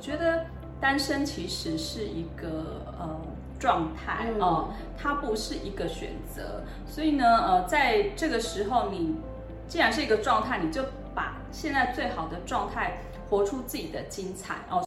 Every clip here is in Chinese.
觉得单身其实是一个状态它不是一个选择。所以呢，在这个时候，你既然是一个状态，你就把现在最好的状态活出自己的精彩哦。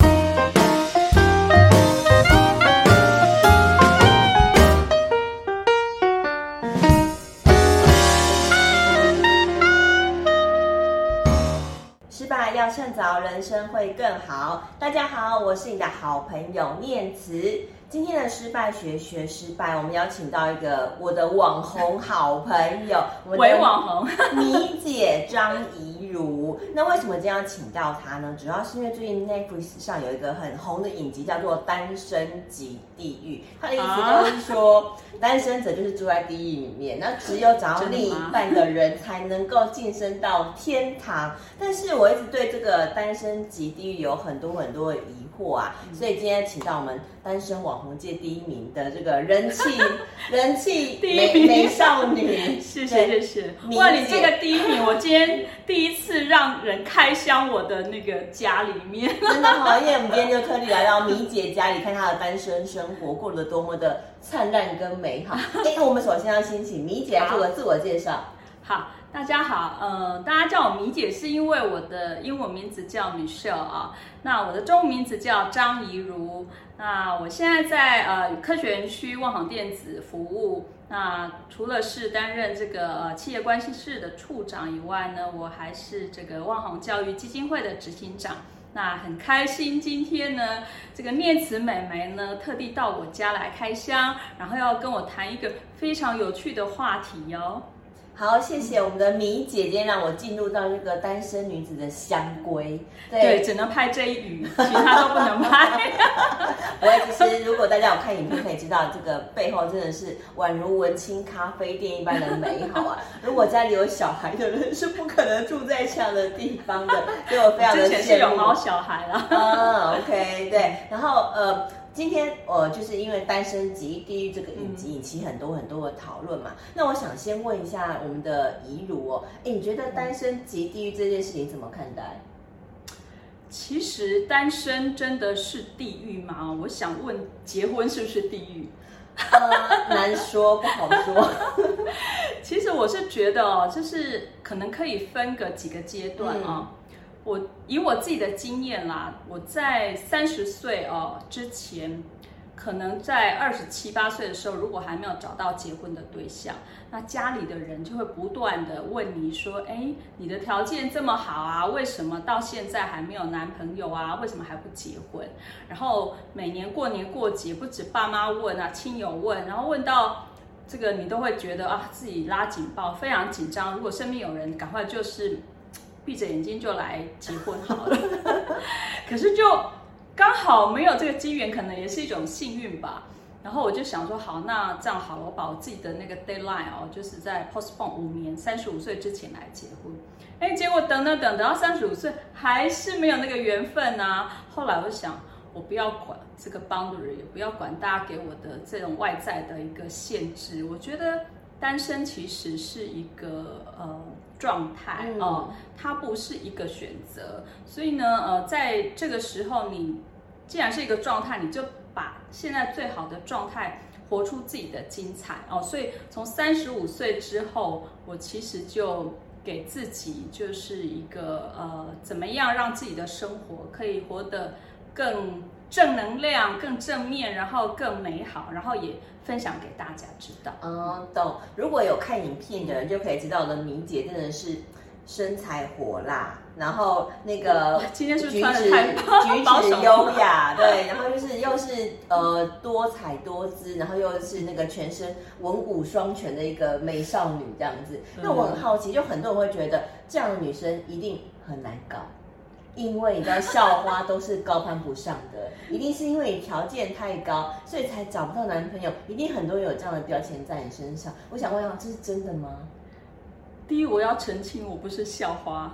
失败要趁早，人生会更好。大家好，我是你的好朋友念慈。今天的失败学失败，我们邀请到一个我的网红好朋友， 伪网红米姐张怡如。那为什么今天要请到她呢？主要是因为最近 Netflix 上有一个很红的影集，叫做《单身即地狱》。它的意思就是说，单身者就是住在地狱里面，那只有找到另一半的人才能够晋升到天堂。但是我一直对这个单身即地狱有很多的疑惑啊，所以今天请到我们单身网红界第一名的这个人气美少女， 谢谢。哇，你这个第一名，我今天第一次让人开箱我的那个家里面， 真的好，因为我们今天就特地来到米姐家里，看她的单身生活过得多么的灿烂跟美好。我们首先要先请米姐来做个自我介绍。 好，大家好，大家叫我米姐是因为我的英文名字叫 Michelle 啊，那我的中文名字叫张怡如。那我现在在科学园区万航电子服务。那除了是担任这个企业关系室的处长以外呢，我还是这个万航教育基金会的执行长。那很开心，今天呢，这个念慈美眉呢，特地到我家来开箱，然后要跟我谈一个非常有趣的话题哦。 好，谢谢我们的米姐姐让我进入到这个单身女子的香闺。 对，只能拍这一语，其他都不能拍。 其实如果大家有看影片，可以知道这个背后真的是宛如文青咖啡店一般的美好啊！如果家里有小孩的人是不可能住在这样的地方的，所以我非常的羡慕。 之前是有毛小孩了。 OK， 对，然后今天就是因为《单身即地狱》这个影集引起很多的讨论嘛，那我想先问一下我们的怡如你觉得《单身即地狱》这件事情怎么看待？ 其实单身真的是地狱吗？我想问，结婚是不是地狱？ 难说，不好说。 其实我是觉得就是可能可以分个几个阶段以我自己的经验啦，我在30岁之前，可能在27、28岁的时候，如果还没有找到结婚的对象，那家里的人就会不断的问你说，你的条件这么好啊，为什么到现在还没有男朋友啊？为什么还不结婚？然后每年过年过节，不止爸妈问啊，亲友问，然后问到这个你都会觉得自己拉警报，非常紧张。如果身边有人，赶快就是闭着眼睛就来结婚好了。可是就刚好没有这个机缘，可能也是一种幸运吧。然后我就想说，好，那这样好了，我把我自己的那个 deadline 就是在 postpone 5年，35岁之前来结婚。结果等到35岁还是没有那个缘分啊。后来我就想，我不要管这个 boundary， 也不要管大家给我的这种外在的一个限制。我觉得单身其实是一个状态它不是一个选择。所以呢，在这个时候，你既然是一个状态，你就把现在最好的状态活出自己的精彩所以从35岁之后，我其实就给自己就是一个怎么样让自己的生活可以活得更正能量、更正面，然后更美好，然后也分享给大家知道。 懂。如果有看影片的人就可以知道的，米姐真的是身材火辣，然后那个今天是举穿得太止优雅，对，然后又是多彩多姿，然后又是那个全身文武双全的一个美少女这样子。那我很好奇，就很多人会觉得这样的女生一定很难搞。因为你知道校花都是高攀不上的，一定是因为你条件太高，所以才找不到男朋友，一定很多人有这样的标签在你身上。我想问一下，这是真的吗？ 第一，我要澄清，我不是校花。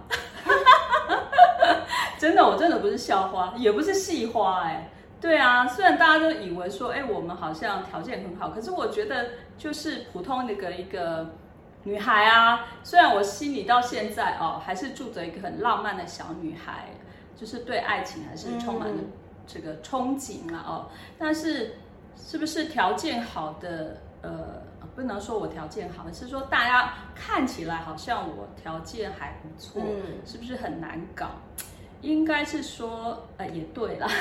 真的，我真的不是校花，也不是系花对啊，虽然大家都以为说我们好像条件很好，可是我觉得就是普通的一个女孩啊。虽然我心里到现在还是住着一个很浪漫的小女孩，就是对爱情还是充满了这个憧憬啦哦。但是是不是条件好的不能说我条件好，是说大家看起来好像我条件还不错，是不是很难搞？应该是说也对啦。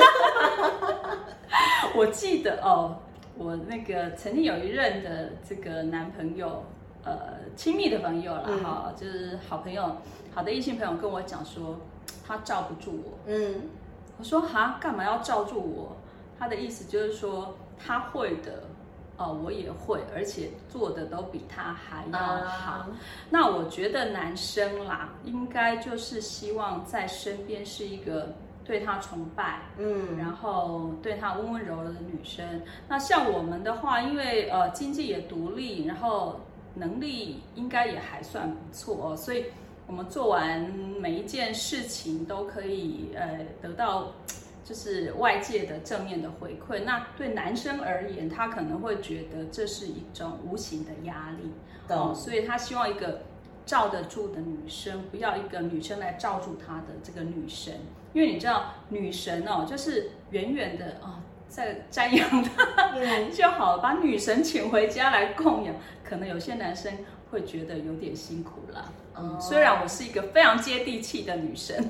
我记得我那个曾经有一任的这个男朋友，亲密的朋友啦哈，就是好朋友，好的异性朋友跟我讲说，他罩不住我。我说哈，干嘛要罩住我？他的意思就是说，他会的，我也会，而且做的都比他还要好。那我觉得男生啦，应该就是希望在身边是一个对他崇拜，然后对他温温柔柔的女生。那像我们的话，因为经济也独立，然后能力应该也还算不错所以我们做完每一件事情都可以得到就是外界的正面的回馈。那对男生而言，他可能会觉得这是一种无形的压力所以他希望一个罩得住的女生，不要一个女生来罩住他的这个女神。因为你知道女神就是远远的在瞻仰她就好了，把女神请回家来供养，可能有些男生会觉得有点辛苦啦。虽然我是一个非常接地气的女生。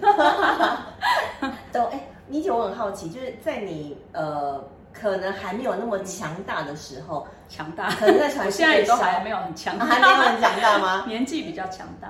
妮姐，我很好奇，就是在你可能还没有那么强大的时候， 强大， 可能在传我现在也都还没有很强大， 还没有很强大吗？ 年纪比较强大。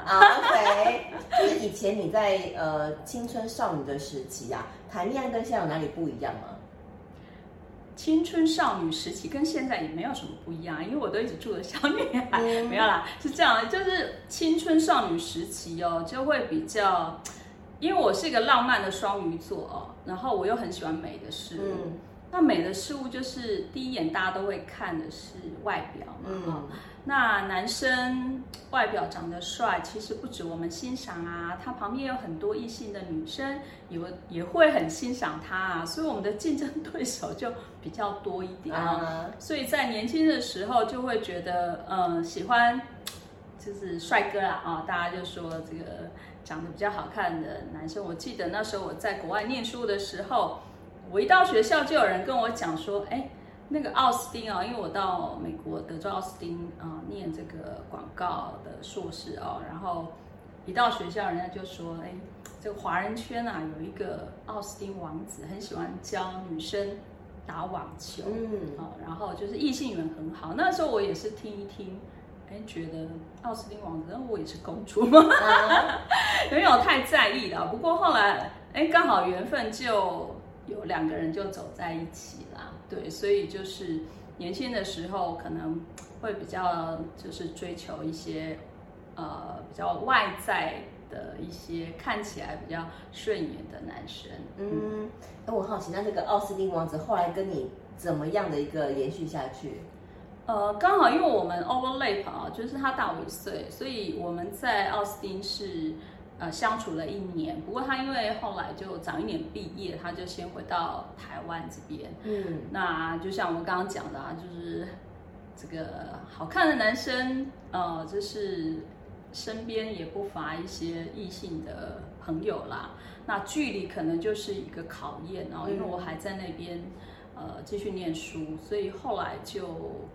OK， 就是以前你在青春少女的时期谈恋爱跟现在有哪里不一样吗？ 青春少女时期跟现在也没有什么不一样，因为我都一直住的小女孩，没有啦，是这样，就是青春少女时期就会比较，因为我是一个浪漫的双鱼座然后我又很喜欢美的事物。那美的事物就是第一眼大家都会看的是外表嘛那男生外表长得帅，其实不止我们欣赏他旁边有很多异性的女生也会很欣赏他所以我们的竞争对手就比较多一点所以在年轻的时候就会觉得喜欢就是帅哥啦大家就说这个长得比较好看的男生。我记得那时候我在国外念书的时候，我一到学校就有人跟我讲说，那个奥斯汀因为我到美国德州奥斯汀念这个广告的硕士然后一到学校人家就说，这个华人圈有一个奥斯汀王子，很喜欢教女生打网球，然后就是异性缘很好。那时候我也是听一听，觉得奥斯汀王子，我也是公主吗？没有太在意了。不过后来，刚好缘分就有2个人就走在一起啦。对，所以就是年轻的时候可能会比较就是追求一些比较外在的一些看起来比较顺眼的男生。 我好奇，那这个奥斯汀王子后来跟你怎么样的一个延续下去？ 刚好因为我们 overlap 就是他大我1岁，所以我们在奥斯汀是相处了1年。不过他因为后来就早1年毕业，他就先回到台湾这边。那就像我刚刚讲的就是这个好看的男生，就是身边也不乏一些异性的朋友啦。那距离可能就是一个考验因为我还在那边继续念书，所以后来就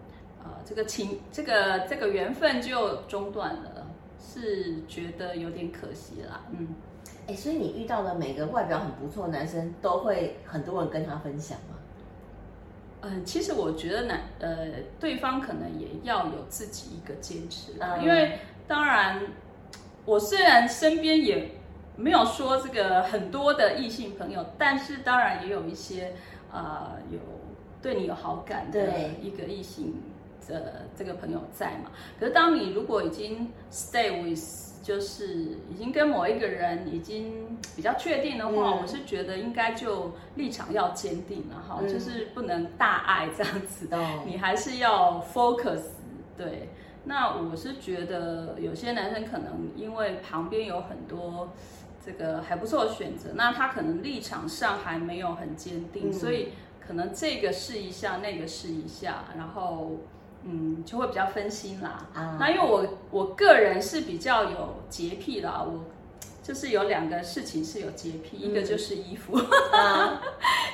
这个缘分就中断了，是觉得有点可惜啦。 所以你遇到的每个外表很不错的男生，都会很多人跟他分享吗？ 其实我觉得对方可能也要有自己一个坚持因为当然我虽然身边也没有说这个很多的异性朋友，但是当然也有一些有对你有好感的一个异性的这个朋友在嘛。可是当你如果已经 stay with 就是已经跟某一个人已经比较确定的话，我是觉得应该就立场要坚定了就是不能大爱这样子你还是要 focus。 对，那我是觉得有些男生可能因为旁边有很多这个还不错的选择，那他可能立场上还没有很坚定所以可能这个试一下那个试一下，然后就会比较分心啦那因为我个人是比较有洁癖啦，我就是有2个事情是有洁癖，一个就是衣服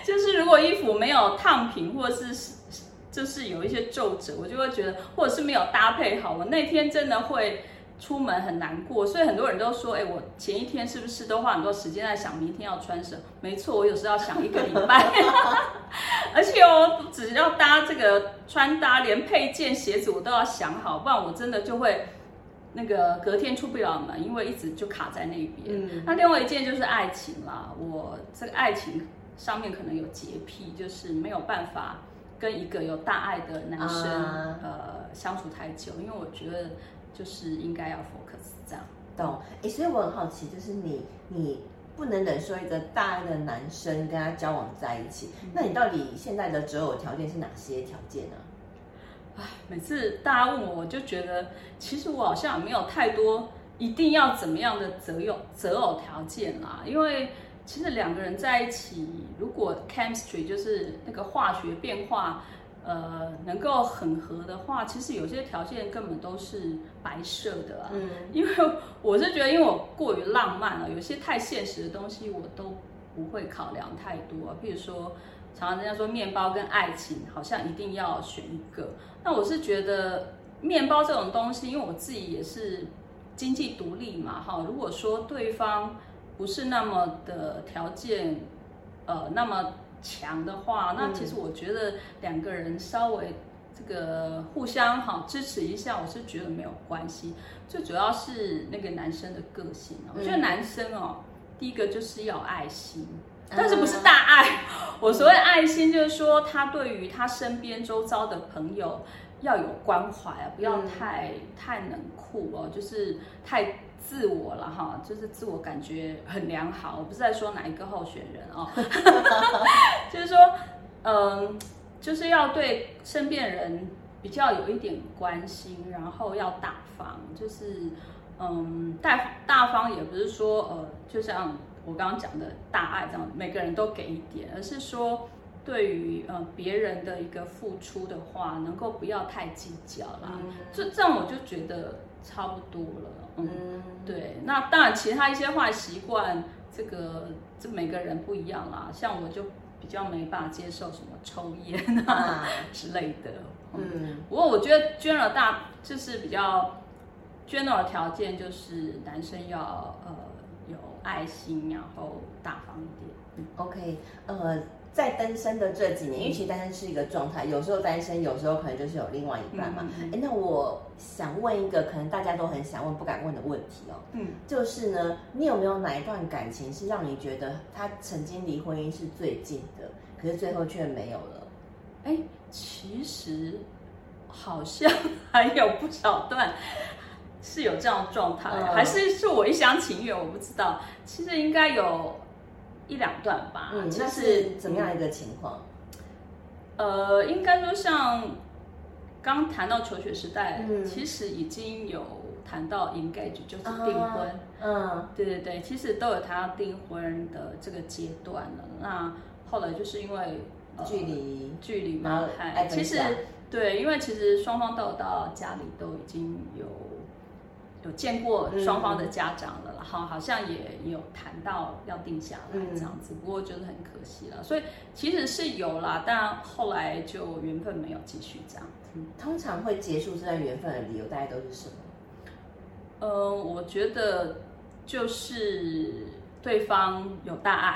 衣服没有烫平，或者是就是有一些皱褶，我就会觉得，或者是没有搭配好，我那天真的会出门很难过。所以很多人都说，我前一天是不是都花很多时间在想明天要穿什么？没错，我有时候要想1个礼拜，而且只要搭这个穿搭，连配件、鞋子我都要想好，不然我真的就会那个隔天出不了门，因为一直就卡在那边。那另外一件就是爱情啦，我这个爱情上面可能有洁癖，就是没有办法跟一个有大爱的男生、相处太久，因为我觉得就是应该要 focus 这样。 懂。所以我很好奇，就是你不能忍受一个大爱的男生跟他交往在一起，那你到底现在的择偶条件是哪些条件呢？ 每次大家问我，我就觉得其实我好像也没有太多一定要怎么样的择偶条件啦，因为其实2个人在一起，如果 chemistry 就是那个化学变化，能够很合的话，其实有些条件根本都是白设的啊。因为我是觉得，因为我过于浪漫了，有些太现实的东西我都不会考量太多啊。譬如说，常常人家说面包跟爱情好像一定要选一个，那我是觉得面包这种东西，因为我自己也是经济独立嘛，哈，如果说对方不是那么的条件，那么强的话，那其实我觉得2个人稍微这个互相支持一下，我是觉得没有关系。最主要是那个男生的个性，我觉得男生第一个就是要有爱心，但是不是大爱。我所谓爱心，就是说他对于他身边周遭的朋友要有关怀啊，不要太冷酷哦，就是太自我了哈，就是自我感觉很良好。我不是在说哪一个候选人哦，就是说，就是要对身边人比较有一点关心，然后要大方，就是大方也不是说就像我刚刚讲的大爱这样，每个人都给一点，而是说对于别人的一个付出的话，能够不要太计较啦。这样我就觉得差不多了。对。那当然，其他一些坏习惯，这每个人不一样啦。像我就比较没办法接受什么抽烟之类的。不过我觉得 就是比较 general 的条件，就是男生要有爱心，然后大方一点。 OK， 在单身的这几年，因为其实单身是一个状态，有时候单身，有时候可能就是有另外一半嘛。那我想问一个可能大家都很想问不敢问的问题哦，就是呢，你有没有哪一段感情是让你觉得他曾经离婚姻是最近的，可是最后却没有了？ 其实好像还有不少段是有这样的状态，还是我一厢情愿，我不知道。其实应该有1-2段吧。 那是怎么样一个情况？ 应该说像刚谈到求学时代，其实已经有谈到 engage， 就是订婚。对，其实都有谈到订婚的这个阶段了。那后来就是因为距离嘛，其实对，因为其实双方都有到家里，都已经有见过双方的家长了，然后好像也有谈到要定下来这样子，不过就是很可惜了。所以其实是有啦，但后来就缘分没有继续这样。 通常会结束这段缘分的理由大概都是什么？ 我觉得就是对方有大爱。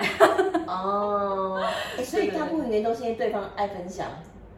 所以大部分原因都是因为对方爱分享。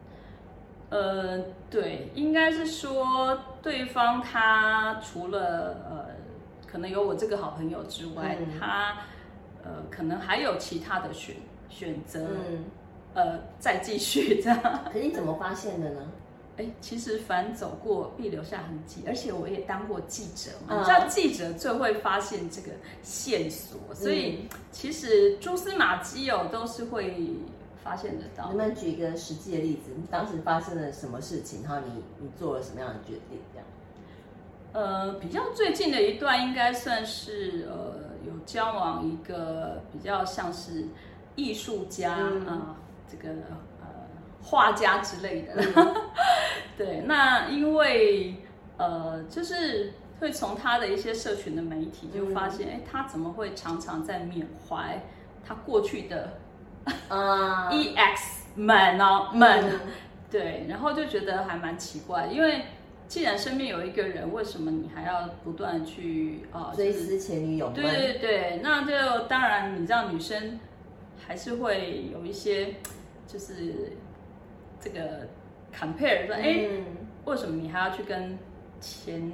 对，应该是说对方他除了可能有我这个好朋友之外，他可能还有其他的选择，再继续这样。 可是你怎么发现的呢？ 其实凡走过必留下痕迹，而且我也当过记者嘛，你知道记者最会发现这个线索，所以其实蛛丝马迹都是会发现得到。 能不能举一个实际的例子？你当时发生了什么事情，然后你做了什么样的决定？这样？ 比较最近的一段应该算是有交往一个比较像是艺术家这个画家之类的。对，那因为就是会从他的一些社群的媒体就发现，他怎么会常常在缅怀他过去的 EX 们哦们，对，然后就觉得还蛮奇怪，因为既然身边有一个人，为什么你还要不断去追思前女友们？ 对对对，那就当然你知道女生还是会有一些就是这个 compare 说，为什么你还要去跟前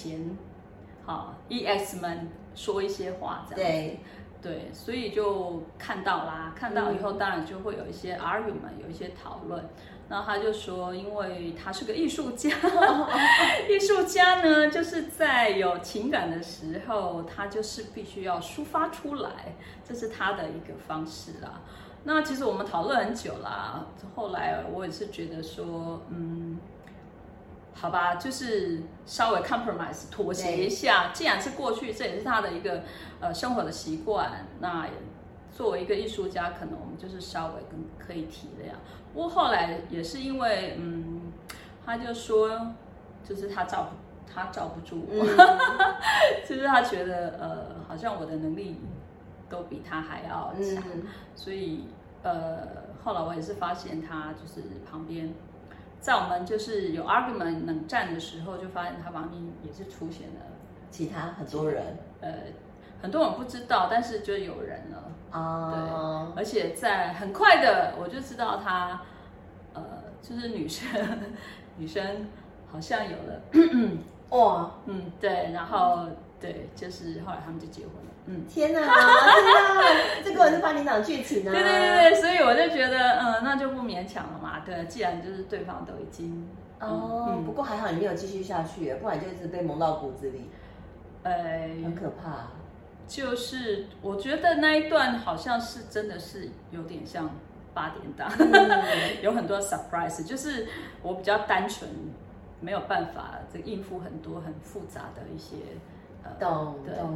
EX 们说一些话这样子？对，所以就看到啦，看到以后当然就会有一些 argument， 有一些讨论。然后他就说，因为他是个艺术家，艺术家呢，就是在有情感的时候，他就是必须要抒发出来，这是他的一个方式啦。那其实我们讨论很久啦，后来我也是觉得说，好吧，就是稍微 compromise 妥协一下。既然是过去，这也是他的一个生活的习惯。那作为一个艺术家，可能我们就是稍微可以体谅。不过后来也是因为，他就说，就是他罩不住我，就是他觉得好像我的能力都比他还要强，所以后来我也是发现他就是旁边。在我们就是有 argument 冷战的时候，就发现他旁边也是出现了其他很多人， 很多人不知道，但是就有人了对，而且在很快的我就知道他，就是女生好像有了， 哇， 对，然后对，就是后来他们就结婚了。 天哪，这个是八点档剧情啊！ 对，所以我就觉得，那就不勉强了嘛。对，既然就是对方都已经不过还好你没有继续下去，不然就一直被蒙到骨子里，很可怕。 就是我觉得那一段好像是真的是有点像八点档，有很多 surprise， 就是我比较单纯，没有办法这应付很多很复杂的一些。 懂。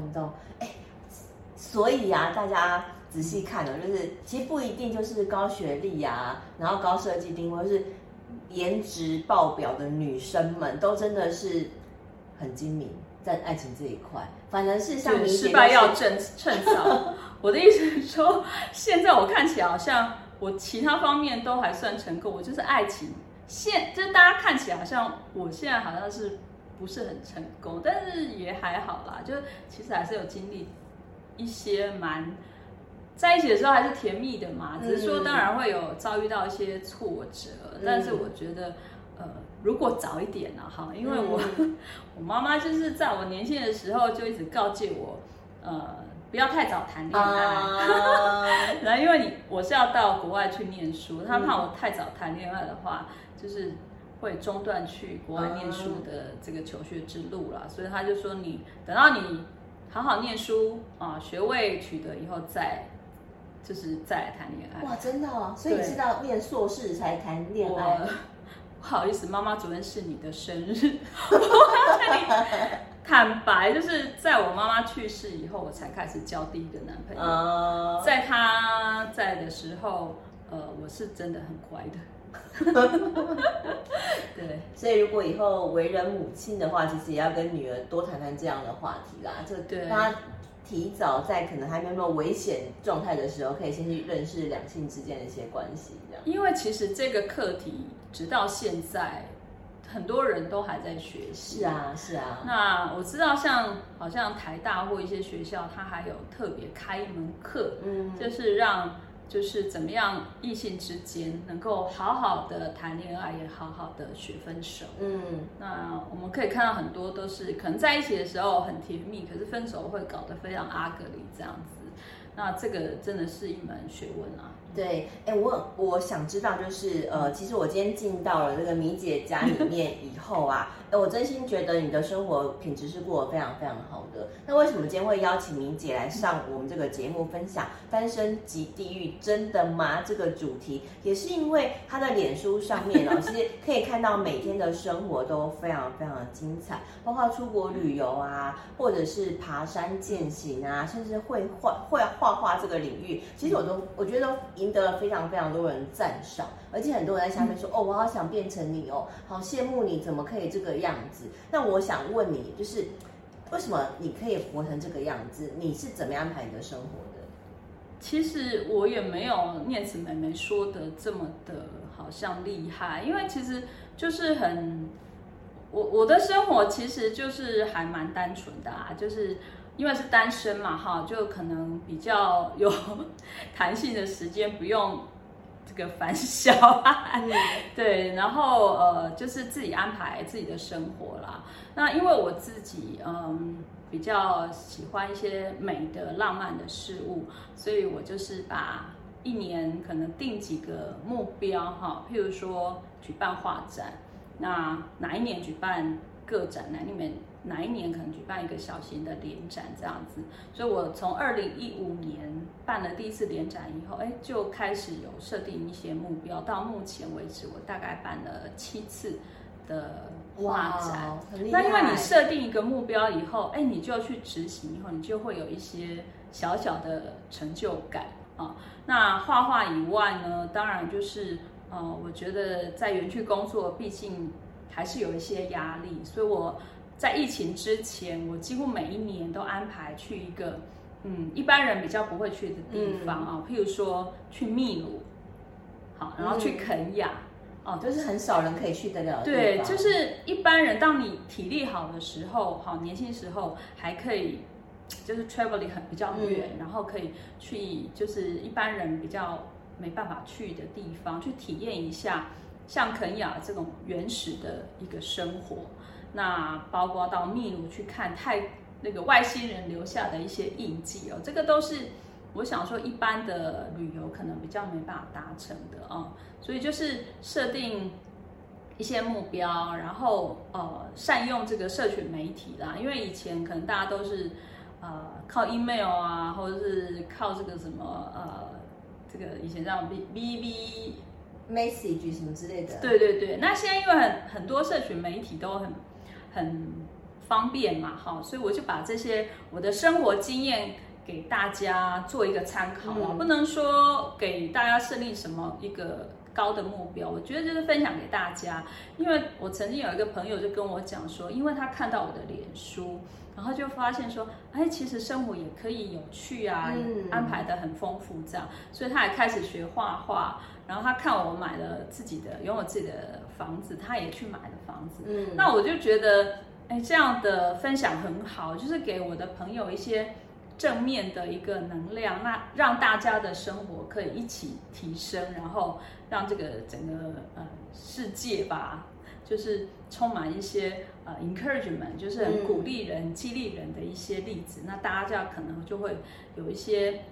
所以啊，大家仔细看了，就是其实不一定就是高学历啊，然后高设计定位，是颜值爆表的女生们，都真的是很精明，在爱情这一块，反而是像失败要趁早。我的意思是说，现在我看起来好像我其他方面都还算成功，我就是爱情，就是大家看起来好像我现在好像是不是很成功，但是也还好啦，就其实还是有经历一些在一起的时候还是甜蜜的嘛，只是说当然会有遭遇到一些挫折，但是我觉得如果早一点啊哈，因为我妈妈就是在我年轻的时候就一直告诫我，不要太早谈恋爱，然后因为我是要到国外去念书，她怕我太早谈恋爱的话，就是会中断去国外念书的这个求学之路啦，所以她就说等到你好好念书学位取得以后再来谈恋爱。 哇，真的哦！所以你是到念硕士才谈恋爱？ 不好意思，妈妈，昨天是你的生日。我跟你坦白，就是在我妈妈去世以后，我才开始交第一个男朋友。在她在的时候，我是真的很乖的。对， 所以如果以后为人母亲的话，其实也要跟女儿多谈谈这样的话题啦，就让她提早在可能还没有危险状态的时候，可以先去认识两性之间的一些关系，这样。 因为其实这个课题直到现在，很多人都还在学习。 是啊。 那我知道好像台大或一些学校，它还有特别开一门课，就是让。就是怎么样异性之间能够好好的谈恋爱，也好好的学分手。那我们可以看到很多都是可能在一起的时候很甜蜜，可是分手会搞得非常ugly这样子。那这个真的是一门学问啊。 对，我想知道就是其实我今天进到了这个米姐家里面以后啊，我真心觉得你的生活品质是过得非常非常好的。那为什么今天会邀请米姐来上我们这个节目分享单身即地狱真的吗这个主题，也是因为她的脸书上面其实可以看到每天的生活都非常非常的精彩，包括出国旅游啊，或者是爬山健行啊，甚至会画画这个领域，其实我觉得都赢得了非常非常多人赞赏，而且很多人在下面说我好想变成你哦，好羡慕你怎么可以这个样子。那我想问你，就是为什么你可以活成这个样子？你是怎么安排你的生活的？ 其实我也没有念慈妹妹说的这么的好像厉害，因为其实就是我的生活其实就是还蛮单纯的啊，就是因为是单身嘛哈，就可能比较有弹性的时间，不用这个烦小孩，对，然后就是自己安排自己的生活啦。那因为我自己比较喜欢一些美的浪漫的事物，所以我就是把一年可能定几个目标哈，譬如说举办画展，那哪一年举办个展，哪一年可能举办一个小型的联展这样子。所以我从2015年办了第一次联展以后，就开始有设定一些目标，到目前为止我大概办了7次的画展。那因为你设定一个目标以后，你就去执行以后，你就会有一些小小的成就感啊。那画画以外呢，当然就是我觉得在园区工作，毕竟还是有一些压力，所以我在疫情之前，我几乎每一年都安排去一个一般人比较不会去的地方啊，譬如说去秘鲁，好，然后去肯亚。 就是很少人可以去得了的地方。 对，就是一般人，当你体力好的时候，好年轻时候还可以，就是 traveling 比较远，然后可以去，就是一般人比较没办法去的地方，去体验一下像肯亚这种原始的一个生活。那包括到秘鲁去看那个外星人留下的一些印记哦，这个都是我想说一般的旅游可能比较没办法达成的所以就是设定一些目标，然后善用这个社群媒体啦，因为以前可能大家都是靠 email 啊，或者是靠这个什么这个以前叫 BB message 什么之类的。 对对对，那现在因为很多社群媒体都很方便嘛，所以我就把这些我的生活经验给大家做一个参考啦，不能说给大家设立什么一个高的目标，我觉得就是分享给大家。因为我曾经有一个朋友就跟我讲说，因为他看到我的脸书，然后就发现说，其实生活也可以有趣啊，安排的很丰富这样，所以他也开始学画画。然后他看我买了拥有自己的房子，他也去买了房子。那我就觉得，这样的分享很好，就是给我的朋友一些正面的一个能量，那让大家的生活可以一起提升，然后让这个整个世界吧，就是充满一些encouragement， 就是很鼓励人、激励人的一些例子。那大家可能就会有一些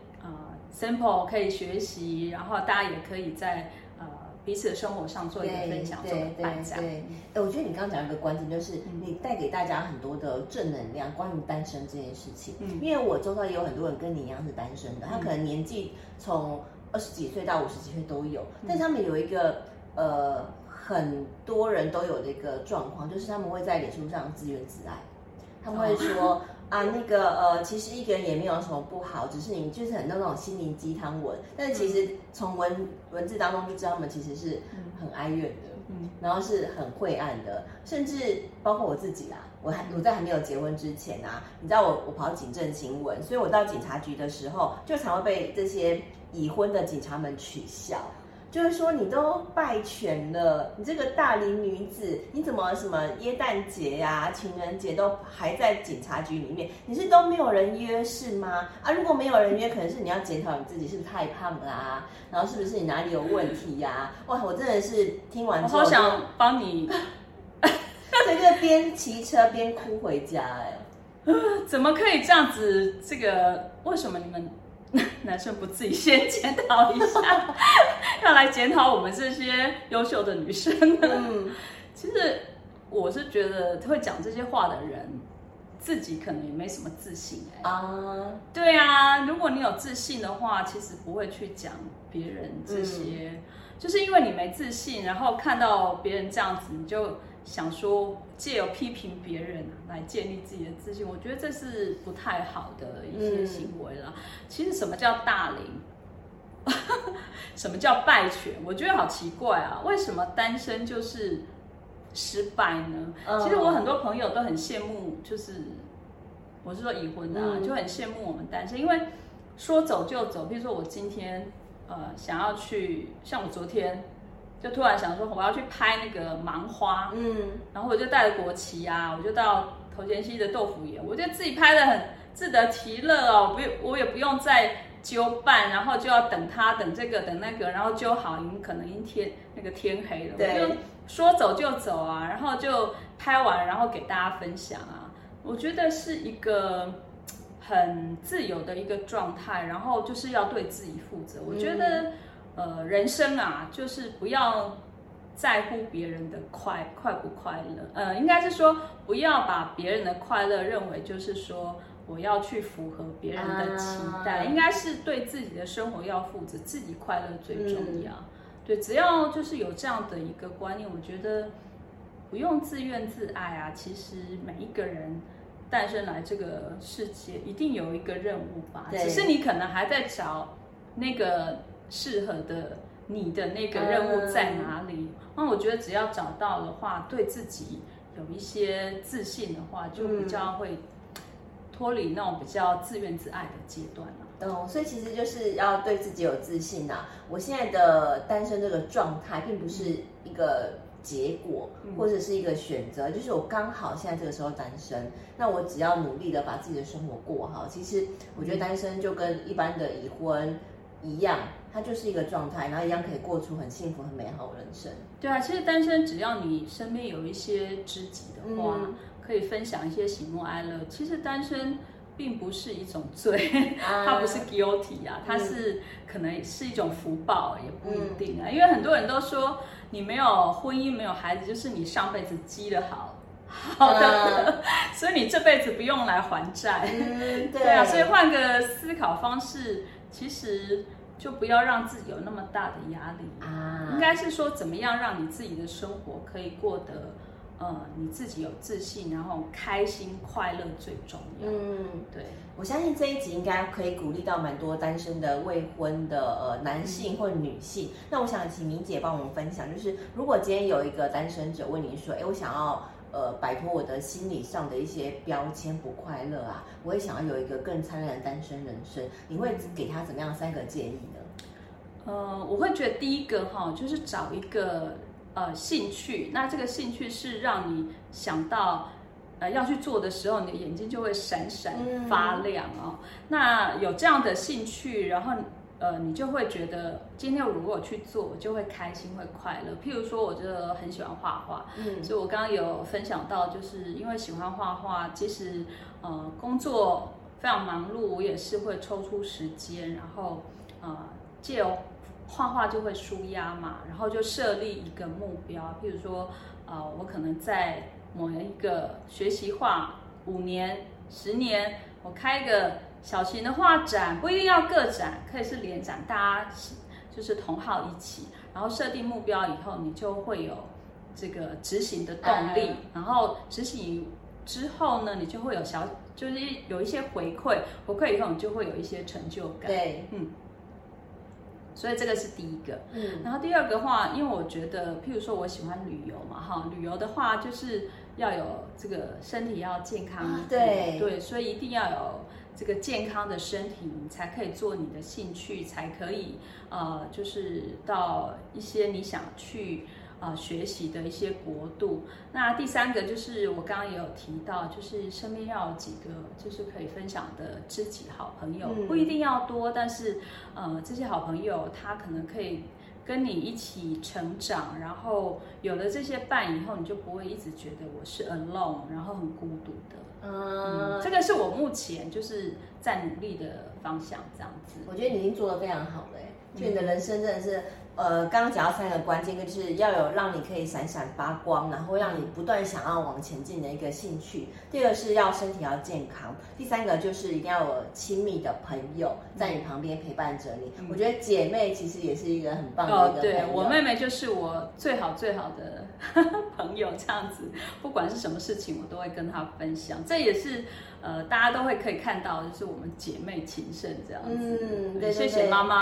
sample 可以学习，然后大家也可以在彼此的生活上做一个分享，做个伴这样。 我觉得你刚刚讲一个关键，就是你带给大家很多的正能量，关于单身这件事情。因为我周遭也有很多人跟你一样是单身的，他可能年纪从20几岁到50几岁都有，但是他们有一个很多人都有的一个状况，就是他们会在脸书上自怨自艾，他们会说。其实一个人也没有什么不好，只是你就是很多那种心灵鸡汤文，但是其实从文字当中就知道他们其实是很哀怨的，然后是很晦暗的，甚至包括我自己啦，我在还没有结婚之前啊，你知道我跑警政新闻，所以我到警察局的时候，就常会被这些已婚的警察们取笑。就是说你都拜权了，你这个大龄女子，你怎么什么耶诞节呀、情人节都还在警察局里面？你是都没有人约是吗？如果没有人约，可能是你要检讨你自己是不是太胖啦，然后是不是你哪里有问题呀？哇，我真的是听完之后， 我好想帮你， 所以就边骑车边哭回家怎么可以这样子？这个为什么你们？男生不自己先检讨一下，要来检讨我们这些优秀的女生呢？其实我是觉得会讲这些话的人，自己可能也没什么自信对啊，如果你有自信的话，其实不会去讲别人这些，就是因为你没自信，然后看到别人这样子，你就想说借由批评别人来建立自己的自信，我觉得这是不太好的一些行为啦。其实什么叫大龄，什么叫败犬，我觉得好奇怪啊！为什么单身就是失败呢？其实我很多朋友都很羡慕，就是我是说已婚的就很羡慕我们单身，因为说走就走。比如说我今天想要去，像我昨天就突然想说我要去拍那个芒花，然后我就带着国旗啊，我就到头前溪的豆腐园，我觉得自己拍的很自得其乐哦，我也不用再揪伴，然后就要等他等这个等那个，然后揪好可能已经天黑了，我就说走就走啊，然后就拍完，然后给大家分享啊。我觉得是一个很自由的一个状态，然后就是要对自己负责。我觉得人生啊，就是不要在乎别人的快不快乐，应该是说不要把别人的快乐认为就是说我要去符合别人的期待，应该是对自己的生活要负责，自己快乐最重要。对，只要就是有这样的一个观念，我觉得不用自怨自艾啊。其实每一个人诞生来这个世界，一定有一个任务吧，只是你可能还在找那个适合的你的那个任务在哪里。那我觉得只要找到的话，对自己有一些自信的话，就比较会脱离那种比较自怨自艾的阶段了。 所以其实就是要对自己有自信啊。我现在的单身这个状态，并不是一个结果或者是一个选择，就是我刚好现在这个时候单身，那我只要努力的把自己的生活过好。其实我觉得单身就跟一般的已婚一样，它就是一个状态，然后一样可以过出很幸福很美好的人生。 对啊，其实单身只要你身边有一些知己的话，可以分享一些喜怒哀乐。其实单身并不是一种罪，它不是 guilty 啊，它是可能是一种福报，也不一定啊。因为很多人都说，你没有婚姻没有孩子，就是你上辈子积了好的，所以你这辈子不用来还债。对啊，所以换个思考方式，其实就不要让自己有那么大的压力啊。应该是说，怎么样让你自己的生活可以过得你自己有自信，然后开心快乐最重要。对， 我相信这一集应该可以鼓励到蛮多单身的未婚的男性或女性。那我想请明姐帮我们分享，就是如果今天有一个单身者问你说，我想要摆脱我的心理上的一些标签不快乐啊，我也想要有一个更灿烂的单身人生，你会给他怎么样3个建议呢？ 我会觉得第一个就是找一个兴趣，那这个兴趣是让你想到要去做的时候，你的眼睛就会闪闪发亮哦。那有这样的兴趣，然后你就会觉得今天如果去做，我就会开心会快乐。譬如说，我就很喜欢画画，所以我刚刚有分享到，就是因为喜欢画画，即使工作非常忙碌，我也是会抽出时间，然后借由画画就会抒压嘛，然后就设立一个目标，譬如说，我可能在某一个学习画5年、10年，我开一个小型的画展，不一定要个展，可以是联展，大家就是同好一起，然后设定目标以后，你就会有这个执行的动力，然后执行之后呢，你就会有就是有一些回馈以后，你就会有一些成就感。 对， 所以这个是第一个，然后第二个话，因为我觉得，譬如说我喜欢旅游嘛，旅游的话就是要有这个身体要健康，对，所以一定要有这个健康的身体，你才可以做你的兴趣，才可以就是到一些你想去学习的一些国度。那第3个就是我刚刚也有提到，就是身边要有几个就是可以分享的知己好朋友，不一定要多，但是这些好朋友他可能可以跟你一起成长，然后有了这些伴以后，你就不会一直觉得我是 alone， 然后很孤独的。这个是我目前就是在努力的方向，这样子。 我觉得你已经做得非常好了，就你的人生真的是。刚刚讲到3个关键，一个就是要有让你可以闪闪发光，然后让你不断想要往前进的一个兴趣。第二个是要身体要健康，第3个就是一定要有亲密的朋友在你旁边陪伴着你。我觉得姐妹其实也是一个很棒的一个朋友。 对，我妹妹就是我最好的朋友，这样子，不管是什么事情，我都会跟她分享。这也是大家都可以看到，就是我们姐妹情深这样子。对，谢谢妈妈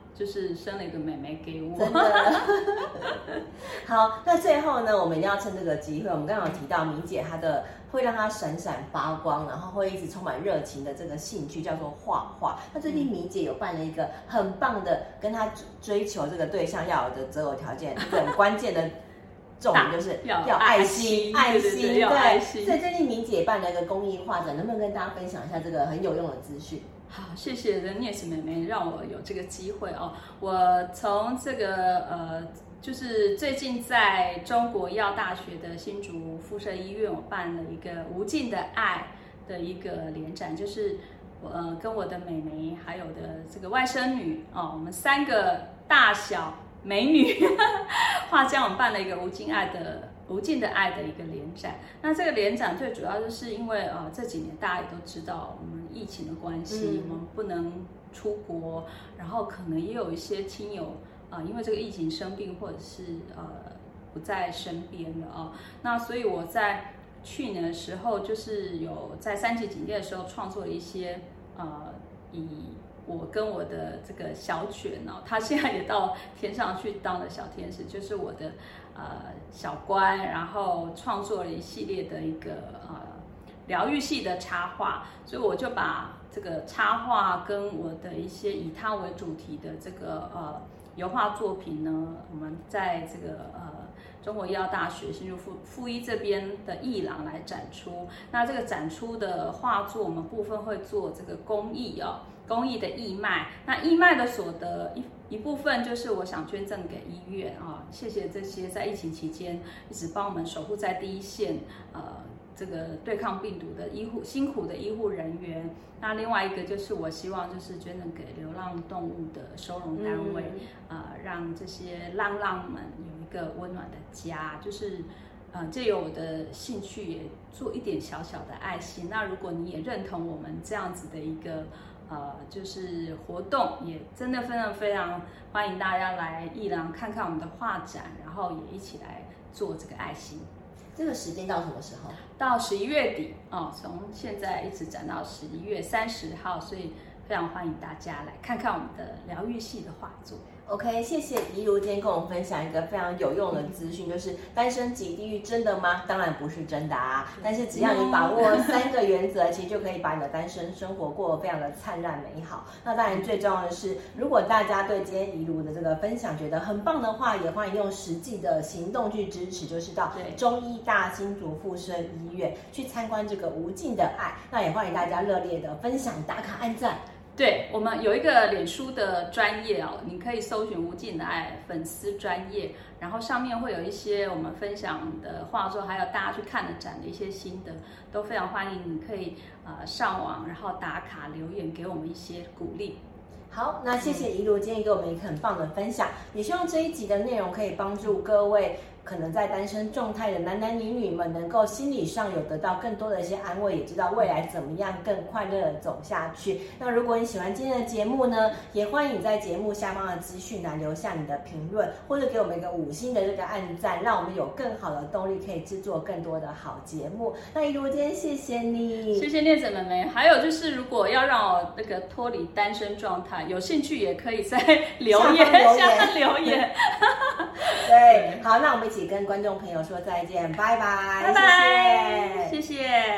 就是生了一个妹妹给我。 真的。好，那最后呢，我们一定要趁这个机会，我们刚刚有提到米姐她的会让她闪闪发光，然后会一直充满热情的这个兴趣叫做画画。那最近米姐有办了一个很棒的，跟她追求这个对象要有的择偶条件，很关键的重点就是要爱心，爱心，对。所以最近米姐办了一个公益画展，能不能跟大家分享一下这个很有用的资讯？ 好，谢谢Denise妹妹让我有这个机会哦。我从这个就是最近在中国医药大学的新竹附设医院，我办了一个无尽的爱的一个联展，就是跟我的妹妹还有的这个外甥女哦，我们3个大小美女画家，我们办了一个无尽的爱的一个联展。那这个联展最主要就是因为这几年大家也都知道我们疫情的关系，我们不能出国，然后可能也有一些亲友因为这个疫情生病或者是不在身边了那所以我在去年的时候就是有在3级警戒的时候创作了一些以我跟我的这个小犬他现在也到天上去当了小天使，就是我的小乖，然后创作了一系列的一个疗愈系的插画，所以我就把这个插画跟我的一些以它为主题的这个油画作品呢，我们在这个中国医药大学新竹附一这边的艺廊来展出。那这个展出的画作，我们部分会做这个公益的义卖。那义卖的所得一部分就是我想捐赠给医院谢谢这些在疫情期间一直帮我们守护在第一线这个对抗病毒的辛苦的医护人员。那另外一个就是我希望就是捐赠给流浪动物的收容单位，让这些浪浪们有一个温暖的家，就是借由我的兴趣也做一点小小的爱心。那如果你也认同我们这样子的一个就是活动，也真的非常非常欢迎大家来艺廊看看我们的画展，然后也一起来做这个爱心。 这个时间到什么时候？ 到11月底从现在一直展到11月30号，所以非常欢迎大家来看看我们的疗愈系的画作。 OK， 谢谢怡如今天跟我们分享一个非常有用的资讯，就是单身即地狱真的吗？当然不是真的但是只要你把握3个原则，其实就可以把你的单身生活过得非常的灿烂美好。那当然最重要的是，如果大家对今天怡如的这个分享觉得很棒的话，也欢迎用实际的行动去支持，就是到中医大新竹附设医院去参观这个无尽的爱。那也欢迎大家热烈的分享、打卡、按赞。 对，我们有一个脸书的专页你可以搜寻无尽的爱粉丝专页，然后上面会有一些我们分享的画作，还有大家去看的展的一些心得，都非常欢迎你可以上网，然后打卡留言给我们一些鼓励。 好，那谢谢怡如今天给我们一个很棒的分享，也希望这一集的内容可以帮助各位可能在单身状态的男男女女们能够心理上有得到更多的一些安慰，也知道未来怎么样更快乐的走下去。那如果你喜欢今天的节目呢，也欢迎你在节目下方的资讯栏留下你的评论，或者给我们一个5星的这个按赞，让我们有更好的动力可以制作更多的好节目。那怡如今天谢谢你， 谢谢念子妹妹。还有就是如果要让我那个脱离单身状态，有兴趣也可以在留言下留言。 对，好，那我们一起跟观众朋友说再见，拜拜， 拜拜，谢谢。